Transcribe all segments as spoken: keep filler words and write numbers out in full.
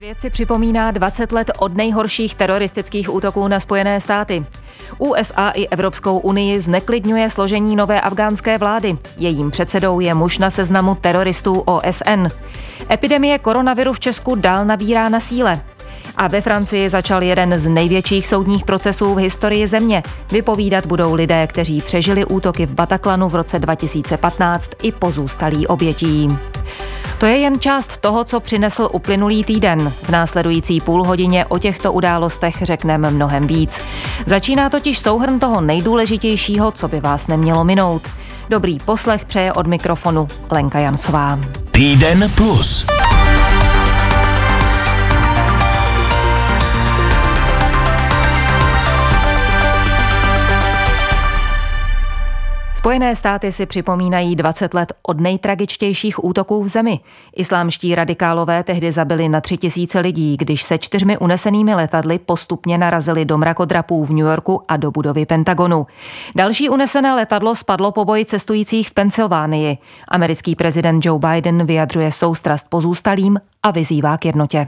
Svět si připomíná dvacet let od nejhorších teroristických útoků na Spojené státy. U S A i Evropskou unii zneklidňuje složení nové afghánské vlády. Jejím předsedou je muž na seznamu teroristů O S N. Epidemie koronaviru v Česku dál nabírá na síle. A ve Francii začal jeden z největších soudních procesů v historii země. Vypovídat budou lidé, kteří přežili útoky v Bataclanu v roce dva tisíce patnáct i pozůstalí obětí. To je jen část toho, co přinesl uplynulý týden. V následující půl hodině o těchto událostech řekneme mnohem víc. Začíná totiž souhrn toho nejdůležitějšího, co by vás nemělo minout. Dobrý poslech přeje od mikrofonu Lenka Jansová. Týden plus. Spojené státy si připomínají dvacet let od nejtragičtějších útoků v zemi. Islámští radikálové tehdy zabili na tři tisíce lidí, když se čtyřmi unesenými letadly postupně narazili do mrakodrapů v New Yorku a do budovy Pentagonu. Další unesené letadlo spadlo po boji cestujících v Pensylvánii. Americký prezident Joe Biden vyjadřuje soustrast pozůstalým a vyzývá k jednotě.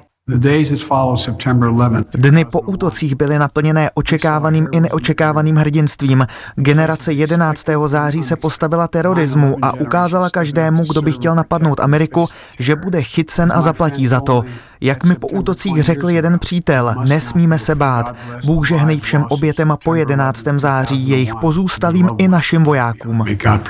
Dny po útocích byly naplněné očekávaným i neočekávaným hrdinstvím. Generace jedenáctého září se postavila terorismu a ukázala každému, kdo by chtěl napadnout Ameriku, že bude chycen a zaplatí za to. Jak mi po útocích řekl jeden přítel, nesmíme se bát. Bůh žehnej všem obětem a po jedenáctého září, jejich pozůstalým i našim vojákům.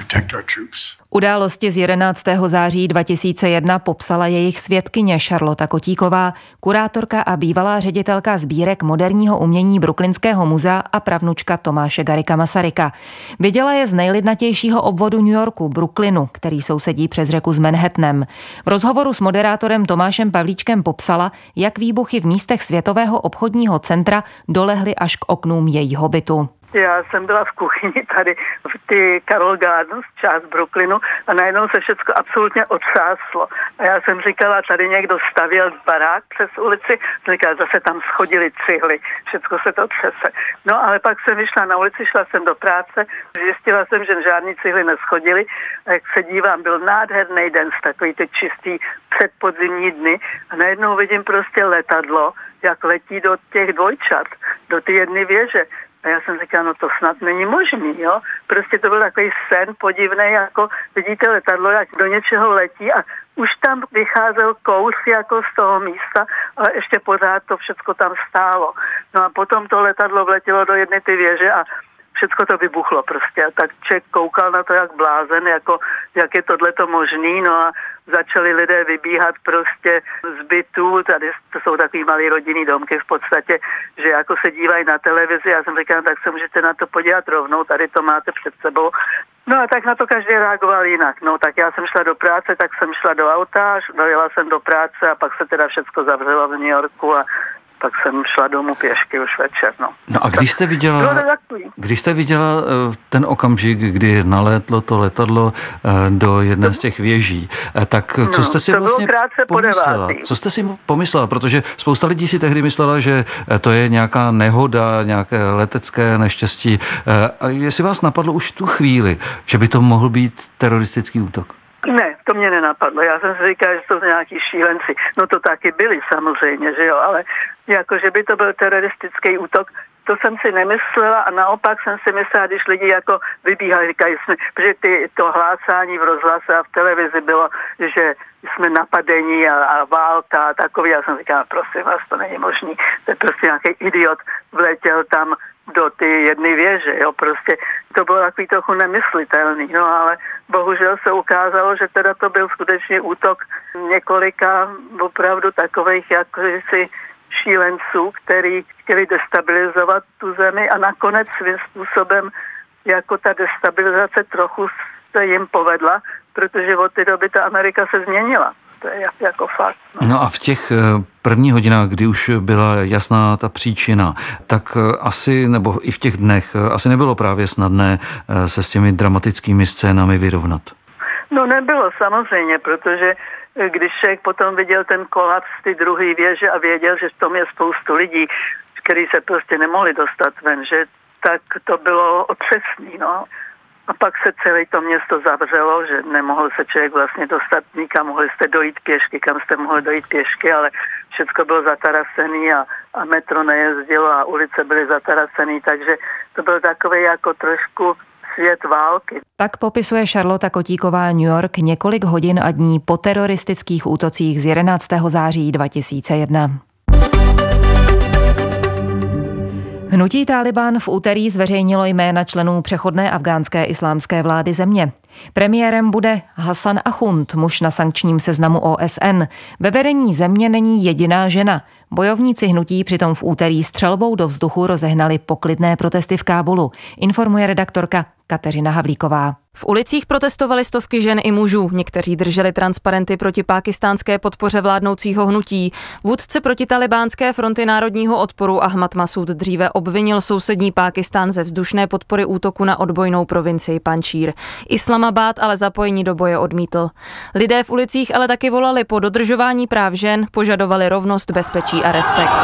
Události z jedenáctého září dva tisíce jedna popsala jejich svědkyně Charlotte Kotíková, kurátorka a bývalá ředitelka sbírek moderního umění Brooklynského muzea a pravnučka Tomáše Garrigua Masaryka. Viděla je z nejlidnatějšího obvodu New Yorku, Brooklynu, který sousedí přes řeku s Manhattanem. V rozhovoru s moderátorem Tomášem Pavlíčkem popsala, jak výbuchy v místech Světového obchodního centra dolehly až k oknům jejího bytu. Já jsem byla v kuchyni tady v ty Carroll Gardens, část Brooklynu, a najednou se všechno absolutně otřáslo. A já jsem říkala, tady někdo stavěl barák přes ulici, říkala, zase tam schodili cihly, všechno se to třese. No ale pak jsem vyšla na ulici, šla jsem do práce, zjistila jsem, že žádný cihly neschodili. A jak se dívám, byl nádherný den, takový ty čistý předpodzimní dny, a najednou vidím prostě letadlo, jak letí do těch dvojčat, do ty jedny věže. A já jsem říkala, no to snad není možný, jo. Prostě to byl takový sen podivný, jako vidíte letadlo, jak do něčeho letí a už tam vycházel kous jako z toho místa, ale ještě pořád to všecko tam stálo. No a potom to letadlo vletělo do jedné ty věže a všecko to vybuchlo prostě. A tak člověk koukal na to jak blázen, jako jak je tohleto možný, no a začali lidé vybíhat prostě z bytů, tady to jsou takový malý rodinný domky v podstatě, že jako se dívají na televizi, já jsem říkala, tak se můžete na to podívat rovnou, tady to máte před sebou. No a tak na to každý reagoval jinak. No tak já jsem šla do práce, tak jsem šla do auta, dojela jsem do práce a pak se teda všecko zavřelo v New Yorku a tak jsem šla domů pěšky už večer. No, no a když jste viděla, když jste viděla ten okamžik, kdy nalétlo to letadlo do jedné z těch věží, tak co no, jste si vlastně pomyslela? Co jste si pomyslela? Protože spousta lidí si tehdy myslela, že to je nějaká nehoda, nějaké letecké neštěstí. A jestli vás napadlo už v tu chvíli, že by to mohl být teroristický útok? Ne, to mě nenapadlo. Já jsem si říkala, že to jsou nějaký šílenci. No to taky byli samozřejmě, že jo, ale jako, že by to byl teroristický útok, to jsem si nemyslela a naopak jsem si myslela, když lidi jako vybíhali, říkají jsme, protože ty, to hlásání v rozhlase a v televizi bylo, že jsme napadení a, a válka a takový. Já jsem říkala, prosím vás, to není možný. To je prostě nějaký idiot vletěl tam do ty jedny věže, jo, prostě to bylo takový trochu nemyslitelný, no ale bohužel se ukázalo, že teda to byl skutečně útok několika opravdu takových jakýsi šílenců, který chtěli destabilizovat tu zemi a nakonec svým způsobem jako ta destabilizace trochu se jim povedla, protože od té doby ta Amerika se změnila. To je jako fakt. No. no a v těch prvních hodinách, kdy už byla jasná ta příčina, tak asi, nebo i v těch dnech, asi nebylo právě snadné se s těmi dramatickými scénami vyrovnat. No nebylo samozřejmě, protože když člověk potom viděl ten kolaps ty druhé věže a věděl, že v tom je spoustu lidí, kteří se prostě nemohli dostat ven, že tak to bylo otřesný, no. A pak se celé to město zavřelo, že nemohl se člověk vlastně dostat nikam, mohli jste dojít pěšky, kam jste mohli dojít pěšky, ale všechno bylo zatarasené a, a metro nejezdilo a ulice byly zatarasené, takže to byl takový jako trošku svět války. Tak popisuje Charlotte Kotíková New York několik hodin a dní po teroristických útocích z jedenáctého září dva tisíce jedna. Hnutí Tálibán v úterý zveřejnilo jména členů přechodné afgánské islámské vlády země. Premiérem bude Hasan Ahund, muž na sankčním seznamu O S N. Ve vedení země není jediná žena. Bojovníci hnutí přitom v úterý střelbou do vzduchu rozehnali poklidné protesty v Kábulu, informuje redaktorka Kateřina Havlíková. V ulicích protestovaly stovky žen i mužů, někteří drželi transparenty proti pákistánské podpoře vládnoucího hnutí. Vůdce protitalibánské fronty národního odporu Ahmad Masud dříve obvinil sousední Pákistán ze vzdušné podpory útoku na odbojnou provincii Panjšír. Islamabad ale zapojení do boje odmítl. Lidé v ulicích ale taky volali po dodržování práv žen, požadovali rovnost, bezpečí a respekt.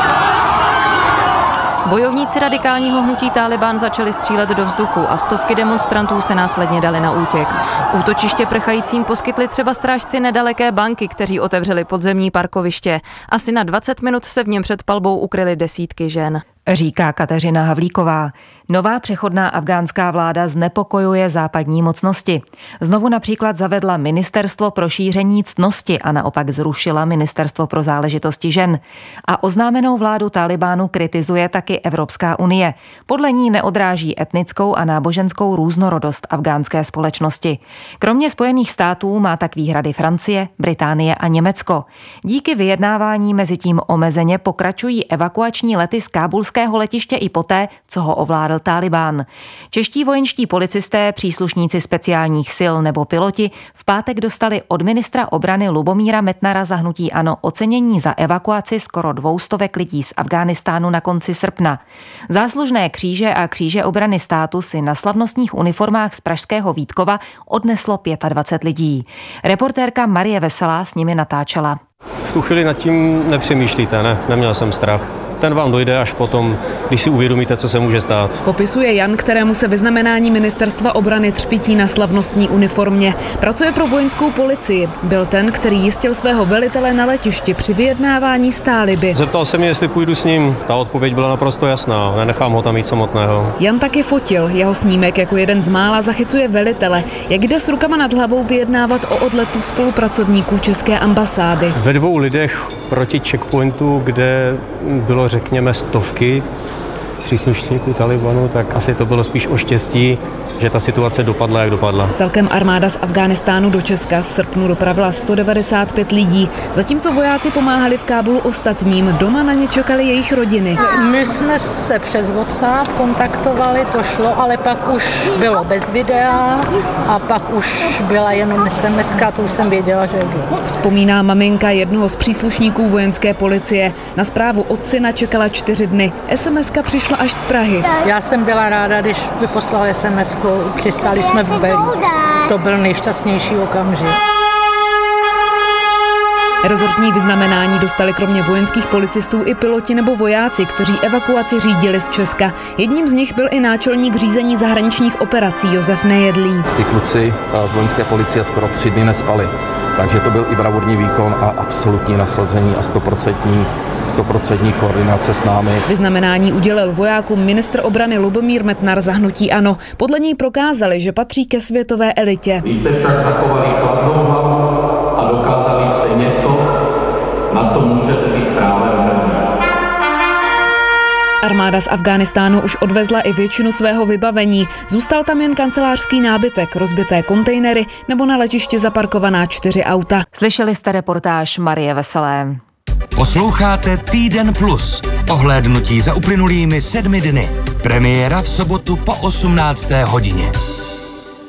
Bojovníci radikálního hnutí Tálibán začali střílet do vzduchu a stovky demonstrantů se následně dali na útěk. Útočiště prchajícím poskytli třeba strážci nedaleké banky, kteří otevřeli podzemní parkoviště. Asi na dvacet minut se v něm před palbou ukryly desítky žen. Říká Kateřina Havlíková. Nová přechodná afgánská vláda znepokojuje západní mocnosti. Znovu například zavedla Ministerstvo pro šíření ctnosti a naopak zrušila Ministerstvo pro záležitosti žen. A oznámenou vládu Tálibánu kritizuje taky Evropská unie. Podle ní neodráží etnickou a náboženskou různorodost afgánské společnosti. Kromě Spojených států má tak výhrady Francie, Británie a Německo. Díky vyjednávání mezi tím omezeně pokračují evakuační lety z kábulského letiště i poté, co ho ovládl Tálibán. Čeští vojenští policisté, příslušníci speciálních sil nebo piloti v pátek dostali od ministra obrany Lubomíra Metnara za hnutí ANO ocenění za evakuaci skoro dvoustovek lidí z Afghánistánu na konci srpna. Záslužné kříže a kříže obrany státu si na slavnostních uniformách z pražského Vítkova odneslo dvacet pět lidí. Reportérka Marie Veselá s nimi natáčela. V tu chvíli nad tím nepřemýšlíte, ne? Neměl jsem strach. Ten vám dojde až potom, když si uvědomíte, co se může stát. Popisuje Jan, kterému se vyznamenání Ministerstva obrany třpití na slavnostní uniformě. Pracuje pro vojenskou policii. Byl ten, který jistil svého velitele na letišti při vyjednávání s Táliby. Zeptal se mě, jestli půjdu s ním. Ta odpověď byla naprosto jasná. Nenechám ho tam mít samotného. Jan taky fotil. Jeho snímek jako jeden z mála zachycuje velitele, jak jde s rukama nad hlavou vyjednávat o odletu spolupracovníků české ambasády. Ve dvou lidech proti checkpointu, kde bylo řekněme stovky příslušníků Talibanu, tak asi to bylo spíš o štěstí, že ta situace dopadla, jak dopadla. Celkem armáda z Afghánistánu do Česka v srpnu dopravila sto devadesát pět lidí, zatímco vojáci pomáhali v Kábulu ostatním, doma na ně čekaly jejich rodiny. My jsme se přes WhatsApp kontaktovali, to šlo, ale pak už bylo bez videa a pak už byla jenom es em eska, to už jsem věděla, že je zle. Vzpomíná maminka jednoho z příslušníků vojenské policie. Na zprávu od syna čekala čtyři dny. es em eska přišla až z Prahy. Já jsem byla ráda, když vyposlal es em esku. Přistáli jsme v Belí. To byl nejšťastnější okamžik. Rezortní vyznamenání dostali kromě vojenských policistů i piloti nebo vojáci, kteří evakuaci řídili z Česka. Jedním z nich byl i náčelník řízení zahraničních operací Josef Nejedlý. Ty kluci z vojenské policie skoro tři dny nespali, takže to byl i bravurní výkon a absolutní nasazení a stoprocentní stoprocentní koordinace s námi. Vyznamenání udělil vojákům ministr obrany Lubomír Metnar za hnutí ANO. Podle něj prokázali, že patří ke světové elitě. Vy jste však zachovali chladnou hlavu a dokázali jste něco, na co můžete být právě hrdí. Armáda z Afghánistánu už odvezla i většinu svého vybavení. Zůstal tam jen kancelářský nábytek, rozbité kontejnery nebo na letišti zaparkovaná čtyři auta. Slyšeli jste reportáž Marie Veselé. Posloucháte Týden plus. Ohlédnutí za uplynulými sedmi dny. Premiéra v sobotu po osmnácté hodině.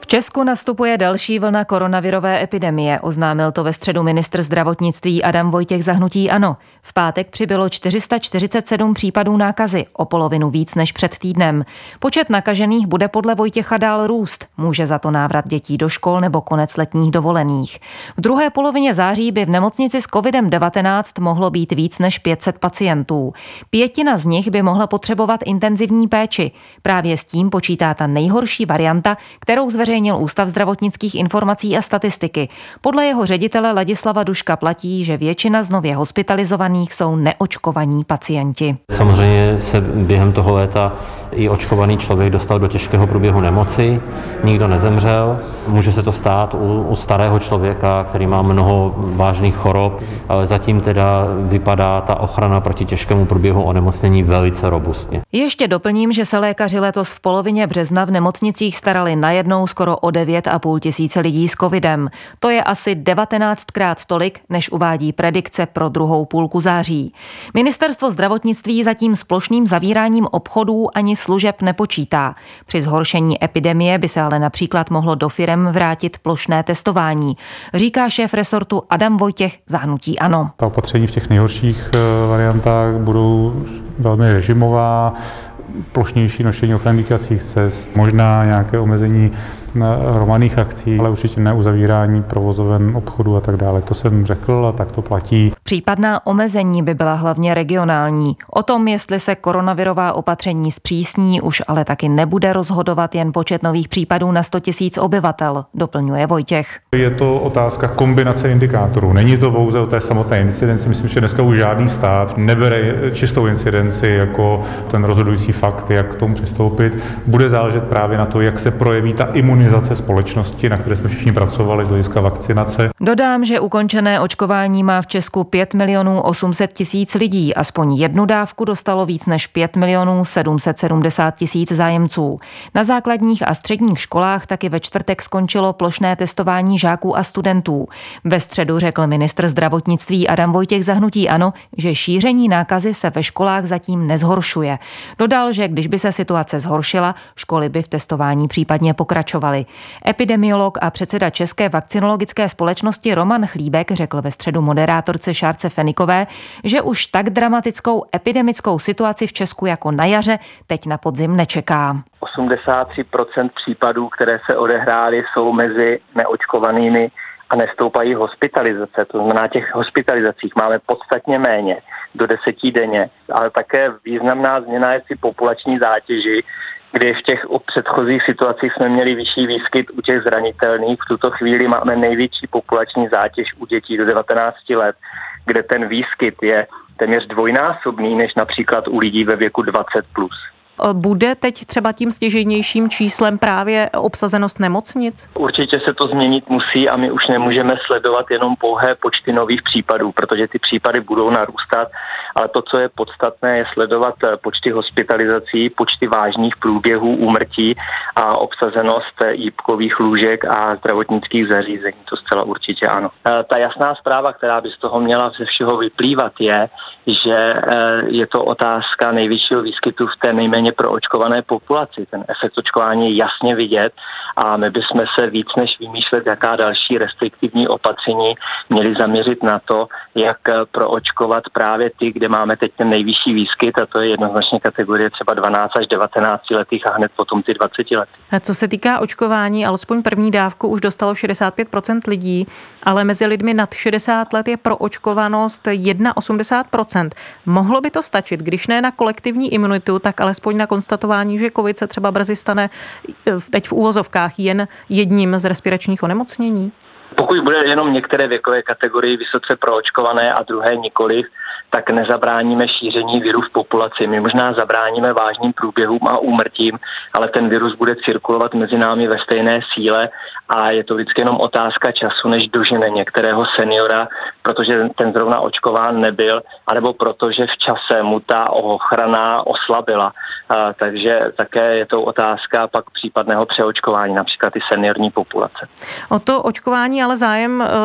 V Česku nastupuje další vlna koronavirové epidemie, oznámil to ve středu ministr zdravotnictví Adam Vojtěch za hnutí ANO. V pátek přibylo čtyři sta čtyřicet sedm případů nákazy, o polovinu víc než před týdnem. Počet nakažených bude podle Vojtěcha dál růst. Může za to návrat dětí do škol nebo konec letních dovolených. V druhé polovině září by v nemocnici s kovidem devatenáct mohlo být víc než pět set pacientů. Pětina z nich by mohla potřebovat intenzivní péči. Právě s tím počítá ta nejhorší varianta, kterou zveřejnil Ústav zdravotnických informací a statistiky. Podle jeho ředitele Ladislava Duška platí, že většina z nově hospitalizovaných jsou neočkovaní pacienti. Samozřejmě se během toho léta i očkovaný člověk dostal do těžkého průběhu nemoci, nikdo nezemřel. Může se to stát u, u starého člověka, který má mnoho vážných chorob, ale zatím teda vypadá ta ochrana proti těžkému průběhu onemocnění velice robustně. Ještě doplním, že se lékaři letos v polovině března v nemocnicích starali najednou skoro o devět a půl tisíce lidí s covidem. To je asi devatenáctkrát tolik, než uvádí predikce pro druhou půlku září. Ministerstvo zdravotnictví zatím s plošným zavíráním obchodů ani služeb nepočítá. Při zhoršení epidemie by se ale například mohlo do firem vrátit plošné testování, říká šéf resortu Adam Vojtěch za hnutí ANO. Ta opatření v těch nejhorších variantách budou velmi režimová, plošnější nošení ochranných dýchacích cest, možná nějaké omezení hromadných akcí, ale určitě neuzavírání provozoven, obchodu a tak dále. To jsem řekl a tak to platí. Případná omezení by byla hlavně regionální. O tom, jestli se koronavirová opatření zpřísní, už ale taky nebude rozhodovat jen počet nových případů na sto tisíc obyvatel, doplňuje Vojtěch. Je to otázka kombinace indikátorů. Není to pouze o té samotné incidenci. Myslím, že dneska už žádný stát nebere čistou incidenci jako ten rozhodující fakt, jak k tomu přistoupit. Bude záležet právě na to, jak se projeví ta imunizace společnosti, na které jsme všichni pracovali z hlediska vakcinace. Dodám, že ukončené očkování má v Česku pět milionů osm set tisíc lidí. Aspoň jednu dávku dostalo víc než pět milionů sedm set sedmdesát tisíc zájemců. Na základních a středních školách taky ve čtvrtek skončilo plošné testování žáků a studentů. Ve středu řekl ministr zdravotnictví Adam Vojtěch za hnutí ANO, že šíření nákazy se ve školách zatím nezhoršuje. Dodal, že když by se situace zhoršila, školy by v testování případně pokračovaly. Epidemiolog a předseda České vakcinologické společnosti Roman Chlíbek řekl ve středu moderátorce Šárce Fenikové, že už tak dramatickou epidemickou situaci v Česku jako na jaře teď na podzim nečeká. osmdesát tři procent případů, které se odehrály, jsou mezi neočkovanými a nestoupají hospitalizace. To znamená, těch hospitalizacích máme podstatně méně, do deseti denně, ale také významná změna je při populační zátěži, kdy v těch předchozích situacích jsme měli vyšší výskyt u těch zranitelných. V tuto chvíli máme největší populační zátěž u dětí do devatenácti let, kde ten výskyt je téměř dvojnásobný než například u lidí ve věku dvacet plus. Bude teď třeba tím stěžejnějším číslem právě obsazenost nemocnic? Určitě se to změnit musí a my už nemůžeme sledovat jenom pouhé počty nových případů, protože ty případy budou narůstat, ale to, co je podstatné, je sledovat počty hospitalizací, počty vážných průběhů, úmrtí a obsazenost jípkových lůžek a zdravotnických zařízení. To zcela určitě ano. Ta jasná zpráva, která by z toho měla ze všeho vyplývat, je, že je to otázka největšího výskytu v té nejméně pro očkované populaci. Ten efekt očkování je jasně vidět a my bychom se víc než vymýšlet, jaká další restriktivní opatření měli zaměřit na to, jak proočkovat právě ty, kde máme teď ten nejvyšší výskyt, a to je jednoznačně kategorie třeba dvanáct až devatenáct letých a hned potom ty dvacet let. Co se týká očkování, alespoň první dávku už dostalo šedesát pět procent lidí, ale mezi lidmi nad šedesát let je proočkovanost osmdesát jedna procent. Mohlo by to stačit, když ne na kolektivní imunitu, tak alespoň na konstatování, že covid se třeba brzy stane teď v uvozovkách jen jedním z respiračních onemocnění? Pokud bude jenom některé věkové kategorie vysoce proočkované a druhé nikoliv, tak nezabráníme šíření viru v populaci. My možná zabráníme vážným průběhům a úmrtím, ale ten virus bude cirkulovat mezi námi ve stejné síle a je to vždycky jenom otázka času, než dožene některého seniora, protože ten zrovna očkován nebyl, anebo protože v čase mu ta ochrana oslabila. A, takže také je to otázka pak případného přeočkování, například i seniorní populace. O to očkování ale zájem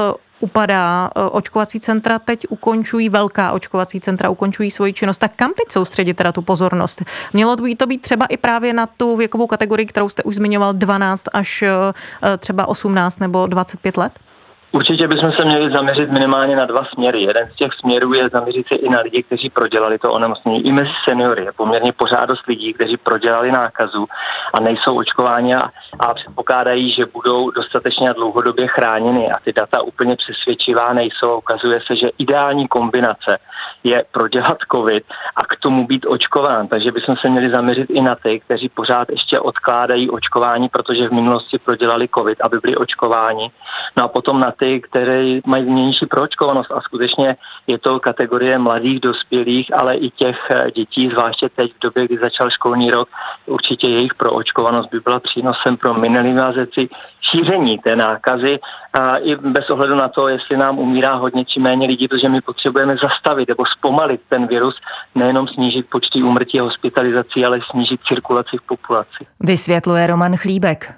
upadá, očkovací centra teď ukončují, velká očkovací centra ukončují svoji činnost, tak kam teď soustředit teda tu pozornost? Mělo by to být třeba i právě na tu věkovou kategorii, kterou jste už zmiňoval, dvanáct až třeba osmnáct nebo dvacet pět let? Určitě bychom se měli zaměřit minimálně na dva směry. Jeden z těch směrů je zaměřit se i na lidi, kteří prodělali to onemocnění. I mezi seniory je poměrně pořád dost lidí, kteří prodělali nákazu a nejsou očkováni a, a předpokládají, že budou dostatečně a dlouhodobě chráněni. A ty data úplně přesvědčivá nejsou. Ukazuje se, že ideální kombinace je prodělat covid a k tomu být očkován. Takže bychom se měli zaměřit i na ty, kteří pořád ještě odkládají očkování, protože v minulosti prodělali covid, aby byli očkováni. No a potom na ty, které mají nižší proočkovanost a skutečně je to kategorie mladých dospělých, ale i těch dětí, zvláště teď v době, kdy začal školní rok, určitě jejich proočkovanost by byla přínosem pro minimalizaci šíření té nákazy a i bez ohledu na to, jestli nám umírá hodně či méně lidí, protože my potřebujeme zastavit nebo zpomalit ten virus, nejenom snížit počty úmrtí a hospitalizací, ale snížit cirkulaci v populaci. Vysvětluje Roman Chlíbek.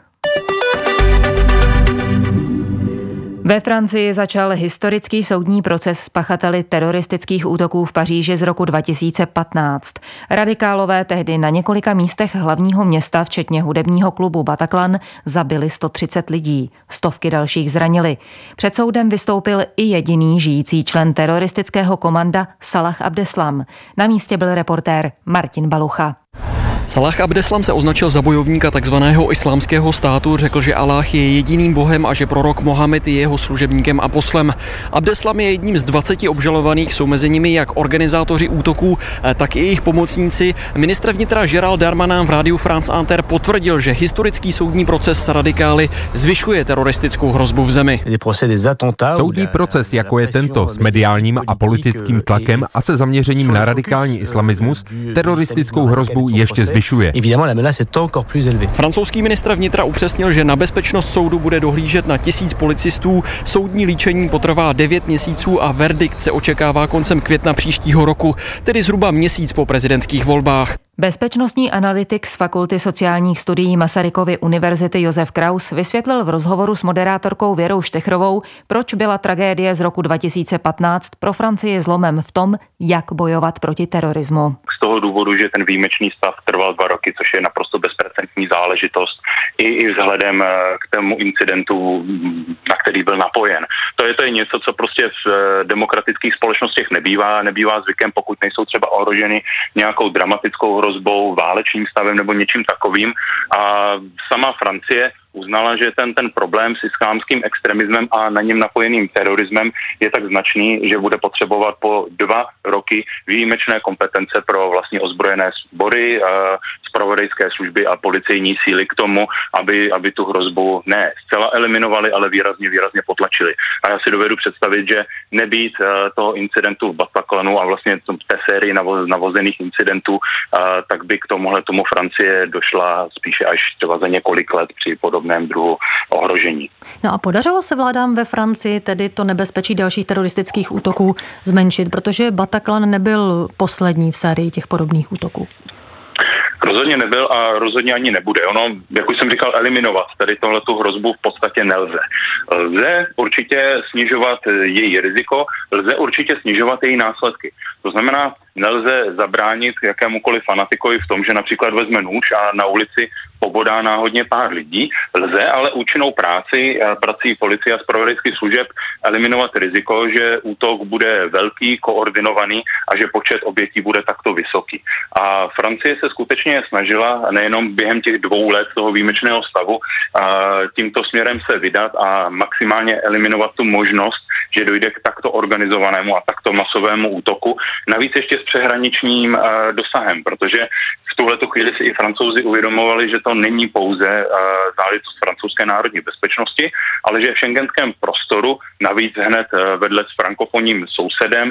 Ve Francii začal historický soudní proces s pachateli teroristických útoků v Paříži z roku dva tisíce patnáct. Radikálové tehdy na několika místech hlavního města, včetně hudebního klubu Bataclan, zabili sto třicet lidí. Stovky dalších zranili. Před soudem vystoupil i jediný žijící člen teroristického komanda Salah Abdeslam. Na místě byl reportér Martin Balucha. Salah Abdeslam se označil za bojovníka takzvaného islámského státu, řekl, že Aláh je jediným bohem a že prorok Mohamed je jeho služebníkem a poslem. Abdeslam je jedním z dvaceti obžalovaných, jsou mezi nimi jak organizátoři útoků, tak i jejich pomocníci. Ministr vnitra Gérald Darmanin v rádiu France Inter potvrdil, že historický soudní proces s radikály zvyšuje teroristickou hrozbu v zemi. Soudní proces, jako je tento, s mediálním a politickým tlakem a se zaměřením na radikální islamismus, teroristickou hrozbu ještě zvyšuje. Francouzský ministr vnitra upřesnil, že na bezpečnost soudu bude dohlížet na tisíc policistů. Soudní líčení potrvá devět měsíců a verdikt se očekává koncem května příštího roku, tedy zhruba měsíc po prezidentských volbách. Bezpečnostní analytik z Fakulty sociálních studií Masarykovy univerzity Josef Kraus vysvětlil v rozhovoru s moderátorkou Věrou Štechrovou, proč byla tragédie z roku dva tisíce patnáct pro Francii zlomem v tom, jak bojovat proti terorismu. Z toho důvodu, že ten výjimečný stav trval dva roky, což je naprosto bezprecedentní záležitost, i, i vzhledem k tomu incidentu, na který byl napojen. To je, to je něco, co prostě v demokratických společnostech nebývá, nebývá zvykem, pokud nejsou třeba ohroženy nějakou dramatickou hrozbou, válečným stavem nebo něčím takovým. A sama Francie uznala, že ten, ten problém s islámským extremismem a na něm napojeným terorismem je tak značný, že bude potřebovat po dva roky výjimečné kompetence pro vlastně ozbrojené sbory, zpravodajské služby a policejní síly k tomu, aby, aby tu hrozbu ne zcela eliminovali, ale výrazně, výrazně potlačili. A já si dovedu představit, že nebýt toho incidentu v Bataclanu a vlastně té sérii navo, navozených incidentů, tak by k tomuhle tomu Francie došla spíše až třeba za několik let při podobném druhu ohrožení. No a podařilo se vládám ve Francii tedy to nebezpečí dalších teroristických útoků zmenšit, protože Bataclan nebyl poslední v sérii těch podobných útoků? Rozhodně nebyl a rozhodně ani nebude. Ono, jak už jsem říkal, eliminovat tady tohletu hrozbu v podstatě nelze. Lze určitě snižovat její riziko, lze určitě snižovat její následky. To znamená, nelze zabránit jakémukoliv fanatikovi v tom, že například vezme nůž a na ulici pobodá náhodně pár lidí. Lze ale účinnou práci, prací policie a zpravodajských služeb eliminovat riziko, že útok bude velký, koordinovaný a že počet obětí bude takto vysoký. A Francie se skutečně snažila nejenom během těch dvou let toho výjimečného stavu tímto směrem se vydat a maximálně eliminovat tu možnost, že dojde k takto organizovanému a takto masovému útoku. Navíc ještě s přehraničním dosahem, protože v tuhletu chvíli si i Francouzi uvědomovali, že to není pouze záležitost francouzské národní bezpečnosti, ale že v šengenském prostoru, navíc hned vedle s frankofonním sousedem,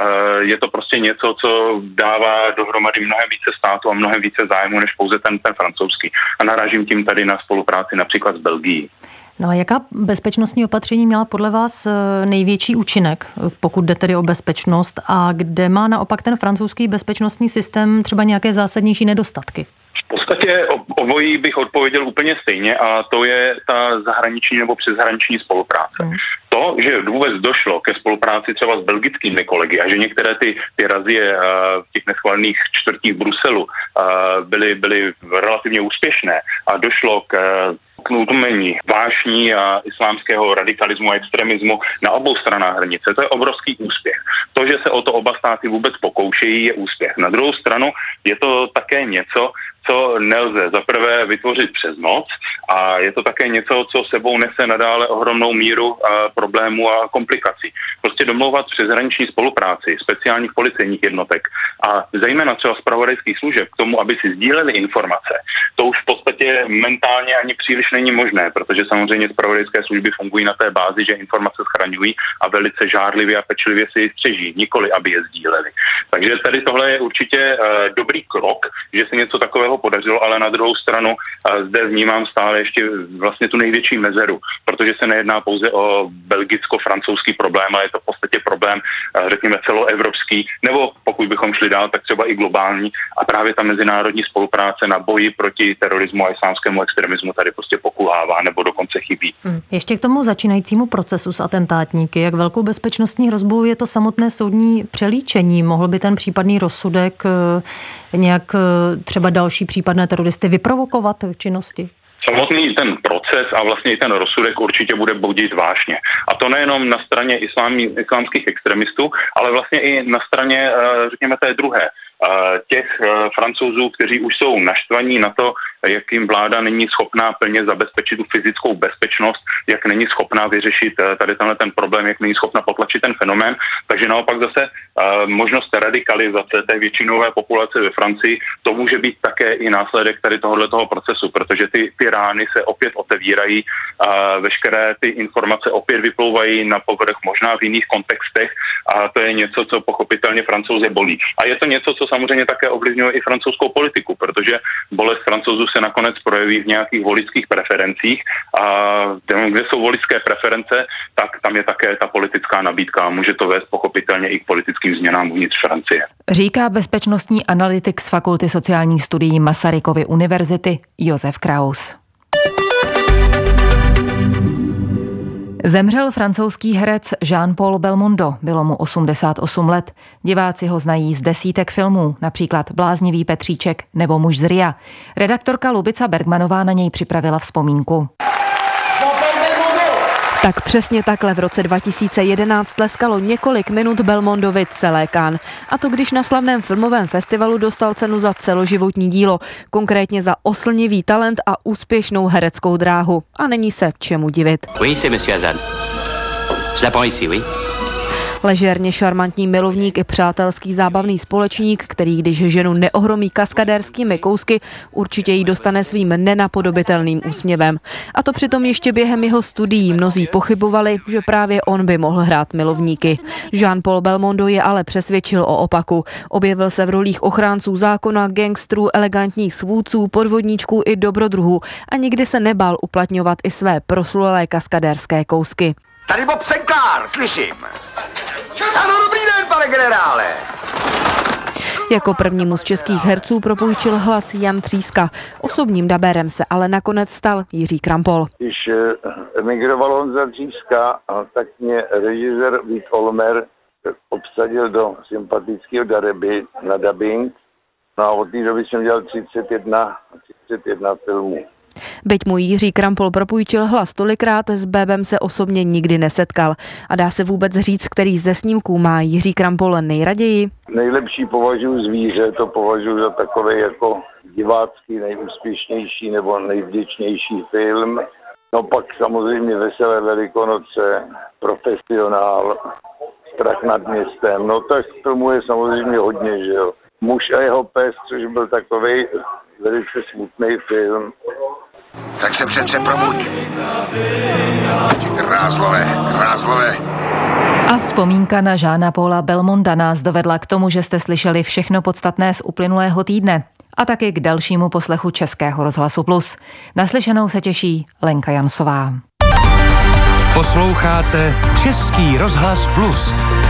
je to prostě něco, co dává dohromady mnohem více států a mnohem více zájmu než pouze ten, ten francouzský. A narážím tím tady na spolupráci například s Belgií. No a jaká bezpečnostní opatření měla podle vás největší účinek, pokud jde tedy o bezpečnost, a kde má naopak ten francouzský bezpečnostní systém třeba nějaké zásadnější nedostatky? V podstatě obojí bych odpověděl úplně stejně a to je ta zahraniční nebo přeshraniční spolupráce. Mm. To, že vůbec došlo ke spolupráci třeba s belgickými kolegy a že některé ty, ty razie v těch neschválených čtvrtích Bruselu byly, byly relativně úspěšné a došlo k k utlumení vášní a islámského radikalismu a extremismu na obou stranách hranice. To je obrovský úspěch. To, že se o to oba státy vůbec pokoušejí, je úspěch. Na druhou stranu je to také něco, co nelze zaprvé vytvořit přes noc a je to také něco, co sebou nese nadále ohromnou míru problémů a komplikací. Prostě domlouvat přeshraniční spolupráci speciálních policejních jednotek a zejména třeba zpravodajských služeb k tomu, aby si sdíleli informace, to už v podstatě mentálně ani příliš není možné, protože samozřejmě zpravodajské služby fungují na té bázi, že informace schraňují a velice žárlivě a pečlivě si je střeží, nikoli aby je sdíleli. Takže tady tohle je určitě uh, dobrý krok, že se něco takového podařilo, ale na druhou stranu uh, zde vnímám stále ještě vlastně tu největší mezeru, protože se nejedná pouze o belgicko-francouzský problém, ale je to v podstatě problém, uh, řekněme, celoevropský, nebo pokud bychom šli dál, tak třeba i globální a právě ta mezinárodní spolupráce na boji proti terorismu a islámskému extremismu tady prostě pokulhává nebo dokonce chybí. Hmm. Ještě k tomu začínajícímu procesu s atentátníky. Jak velkou bezpečnostní hrozbou je to samotné soudní přelíčení? Mohl by ten případný rozsudek nějak třeba další případné teroristy vyprovokovat k činnosti? Samotný ten proces a vlastně i ten rozsudek určitě bude budit vášně. A to nejenom na straně islámí, islámských extremistů, ale vlastně i na straně, řekněme, té druhé. Těch Francouzů, kteří už jsou naštvaní na to, jak jim vláda není schopná plně zabezpečit tu fyzickou bezpečnost, jak není schopná vyřešit tady tenhle ten problém, jak není schopná potlačit ten fenomén. Takže naopak zase možnost radikalizace té většinové populace ve Francii, to může být také i následek tady tohoto procesu, protože ty, ty rány se opět otevírají, a veškeré ty informace opět vyplouvají na povrch, možná v jiných kontextech a to je něco, co pochopitelně Francouze bolí. A je to něco, co samozřejmě také ovlivňuje i francouzskou politiku, protože bolest Francouzů se nakonec projeví v nějakých voličských preferencích a kde jsou voličské preference, tak tam je také ta politická nabídka a může to vést pochopitelně i k politickým změnám uvnitř Francie. Říká bezpečnostní analytik z Fakulty sociálních studií Masarykovy univerzity Josef Kraus. Zemřel francouzský herec Jean-Paul Belmondo, bylo mu osmdesát osm let. Diváci ho znají z desítek filmů, například Bláznivý Petříček nebo Muž z Ria. Redaktorka Lubica Bergmanová na něj připravila vzpomínku. Tak přesně takhle v roce dva tisíce jedenáct tleskalo několik minut Belmondovi celé Cannes. A to když na slavném filmovém festivalu dostal cenu za celoživotní dílo, konkrétně za oslnivý talent a úspěšnou hereckou dráhu. A není se čemu divit. Oui, c'est monsieur Hazan. Je l'apprends ici, oui. Ležérně šarmantní milovník i přátelský zábavný společník, který když ženu neohromí kaskadérskými kousky, určitě jí dostane svým nenapodobitelným úsměvem. A to přitom ještě během jeho studií mnozí pochybovali, že právě on by mohl hrát milovníky. Jean-Paul Belmondo je ale přesvědčil o opaku. Objevil se v rolích ochránců zákona, gangstrů, elegantních svůdců, podvodníčků i dobrodruhů a nikdy se nebál uplatňovat i své proslulé kaskadérské kousky. Tady Bob Sinclair, slyším. Ano, dobrý den, pane generále. Jako prvnímu z českých herců propůjčil hlas Jan Tříska. Osobním dabérem se ale nakonec stal Jiří Krampol. Když emigroval Honza Tříska, tak mě režisér Vít Olmer obsadil do sympatického Dareby na dabing. No a od té doby jsem dělal třicet jedna filmů. Byť mu Jiří Krampol propůjčil hlas tolikrát, s Bébem se osobně nikdy nesetkal. A dá se vůbec říct, který ze snímků má Jiří Krampol nejraději? Nejlepší považuji Zvíře, to považuji za takový jako divácký, nejúspěšnější nebo nejvděčnější film. No pak samozřejmě Veselé Velikonoce, Profesionál, Strach nad městem. No tak tomu je samozřejmě hodně, že jo. Muž a jeho pes, což byl takový velice smutný film. Tak se přece probuď. Grázlové, grázlové. A vzpomínka na Jeana Paula Belmonda nás dovedla k tomu, že jste slyšeli všechno podstatné z uplynulého týdne. A taky k dalšímu poslechu Českého rozhlasu Plus. Naslyšenou se těší Lenka Jansová. Posloucháte Český rozhlas Plus.